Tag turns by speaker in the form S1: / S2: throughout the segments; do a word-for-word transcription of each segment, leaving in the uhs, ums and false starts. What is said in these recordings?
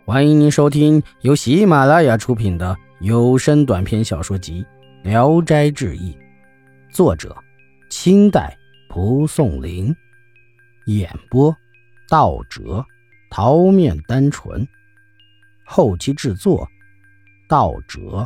S1: 欢迎您收听由喜马拉雅出品的有声短篇小说集《聊斋志异》，作者清代蒲松龄，演播道哲、桃面单纯，后期制作道哲。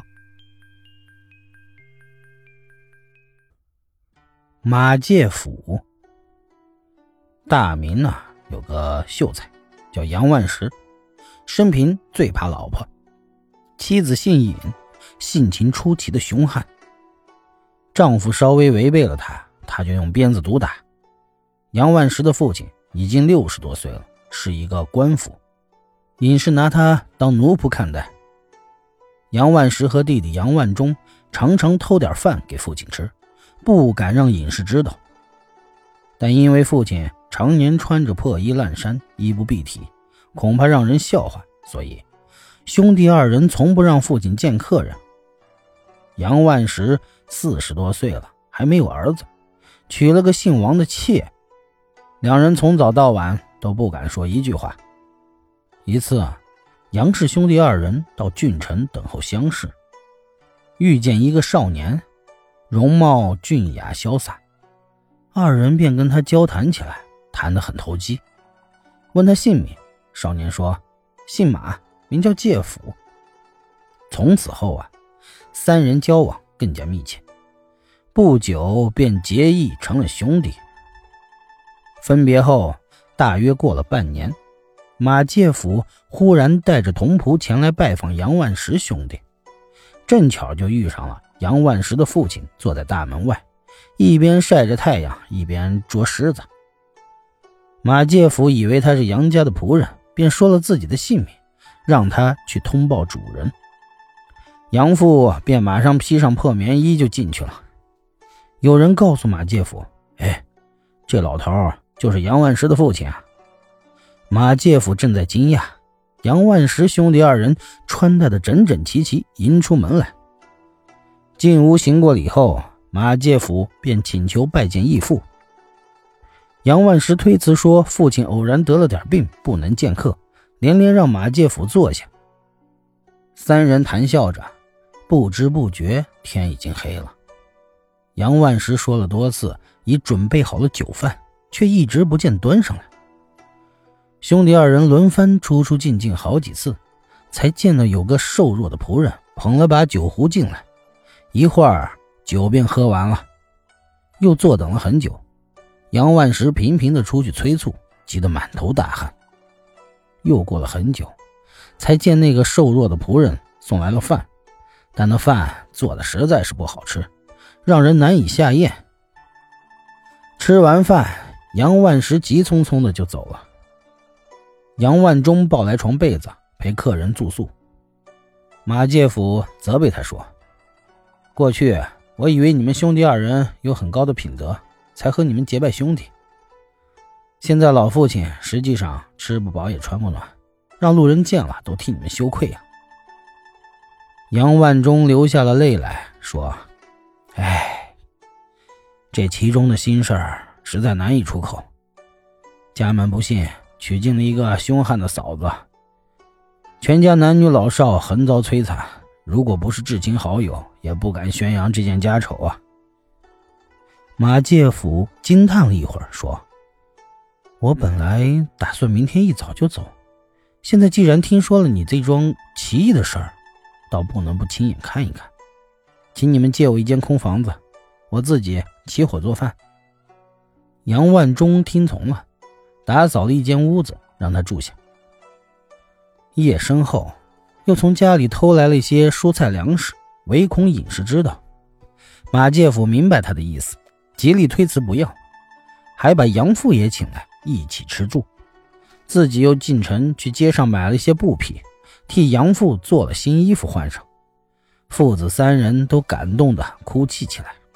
S1: 马介甫大明呢、啊、有个秀才叫杨万石，生平最怕老婆，妻子姓尹，性情出奇的凶悍。丈夫稍微违背了她，她就用鞭子毒打。杨万石的父亲已经六十多岁了，是一个官府，尹氏拿他当奴仆看待。杨万石和弟弟杨万忠常常偷点饭给父亲吃，不敢让尹氏知道。但因为父亲常年穿着破衣烂衫，衣不蔽体，恐怕让人笑话，所以兄弟二人从不让父亲见客人。杨万石四十多岁了，还没有儿子，娶了个姓王的妾，两人从早到晚都不敢说一句话。一次啊，杨氏兄弟二人到郡城等候乡试，遇见一个少年，容貌俊雅潇洒，二人便跟他交谈起来，谈得很投机。问他姓名，少年说姓马，名叫介甫。从此后啊，三人交往更加密切，不久便结义成了兄弟。分别后大约过了半年，马介甫忽然带着童仆前来拜访杨万石兄弟，正巧就遇上了杨万石的父亲坐在大门外，一边晒着太阳一边捉狮子。马介甫以为他是杨家的仆人，便说了自己的姓名，让他去通报主人。杨父便马上披上破棉衣就进去了。有人告诉马介甫，哎，这老头就是杨万石的父亲啊。马介甫正在惊讶，杨万石兄弟二人穿戴的整整齐齐迎出门来。进屋行过礼后，马介甫便请求拜见义父。杨万石推辞说父亲偶然得了点病，不能见客，连连让马介甫坐下。三人谈笑着，不知不觉天已经黑了。杨万石说了多次已准备好了酒饭，却一直不见端上来。兄弟二人轮番出出进进好几次，才见到有个瘦弱的仆人捧了把酒壶进来，一会儿酒便喝完了。又坐等了很久，杨万石频频地出去催促，急得满头大汗。又过了很久，才见那个瘦弱的仆人送来了饭，但那饭做的实在是不好吃，让人难以下咽。吃完饭，杨万石急匆匆的就走了。杨万忠抱来床被子陪客人住宿。马介甫责备他说，过去我以为你们兄弟二人有很高的品德，才和你们结拜兄弟。现在老父亲实际上吃不饱也穿不暖，让路人见了都替你们羞愧啊。杨万忠流下了泪来，说，哎，这其中的心事儿实在难以出口。家门不幸娶进了一个凶悍的嫂子，全家男女老少横遭摧残，如果不是至亲好友，也不敢宣扬这件家丑啊。马介甫惊叹了一会儿，说，我本来打算明天一早就走，现在既然听说了你这桩奇异的事儿，倒不能不亲眼看一看。请你们借我一间空房子，我自己起火做饭。杨万忠听从了，打扫了一间屋子让他住下。夜深后，又从家里偷来了一些蔬菜粮食，唯恐尹氏知道。马介甫明白他的意思，极力推辞不要，还把杨父也请来一起吃住，自己又进城去街上买了一些布匹，替杨父做了新衣服换上。父子三人都感动地哭泣起来。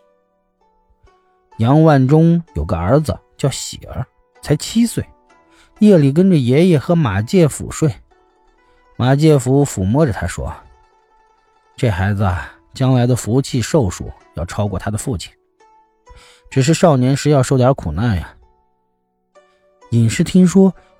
S1: 杨万忠有个儿子叫喜儿，才七岁，夜里跟着爷爷和马介甫睡。马介甫抚摸着他说，这孩子将来的福气寿数要超过他的父亲，只是少年时要受点苦难呀。尹氏听说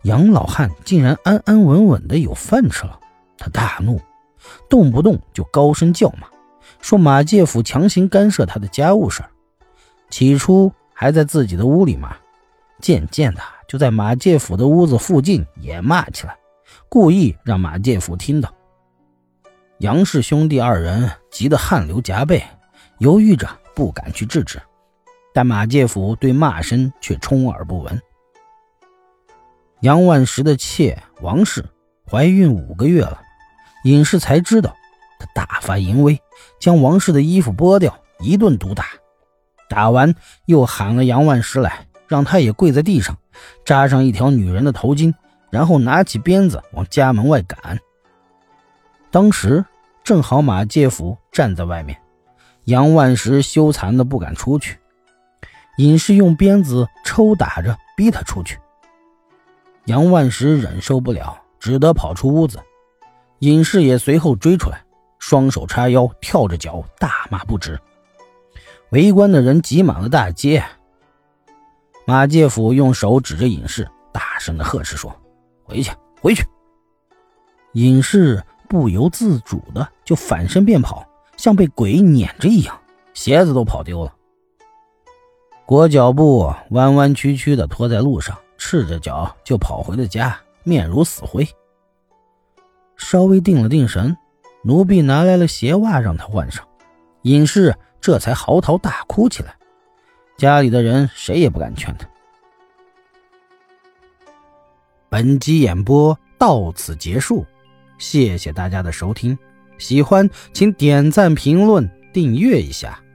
S1: 杨老汉竟然安安稳稳的有饭吃了，他大怒，动不动就高声叫骂，说马介甫强行干涉他的家务事儿。起初还在自己的屋里骂，渐渐的就在马介甫的屋子附近也骂起来，故意让马介甫听到。杨氏兄弟二人急得汗流浃背，犹豫着不敢去制止，但马介甫对骂声却充耳不闻。杨万石的妾王氏怀孕五个月了，尹氏才知道，他大发淫威，将王氏的衣服剥掉，一顿毒打。打完又喊了杨万石来，让他也跪在地上，扎上一条女人的头巾，然后拿起鞭子往家门外赶。当时正好马介甫站在外面，杨万石羞惭的不敢出去，尹氏用鞭子抽打着逼他出去。杨万石忍受不了，只得跑出屋子，尹氏也随后追出来，双手叉腰，跳着脚大骂不止。围观的人挤满了大街。马介甫用手指着尹氏，大声的呵斥说：回去回去。尹氏不由自主的就反身便跑，像被鬼撵着一样，鞋子都跑丢了。裹脚布弯弯曲曲的拖在路上，赤着脚就跑回了家，面如死灰。稍微定了定神，奴婢拿来了鞋袜让他换上，尹氏这才嚎啕大哭起来。家里的人谁也不敢劝他。本集演播到此结束，谢谢大家的收听，喜欢请点赞评论订阅一下。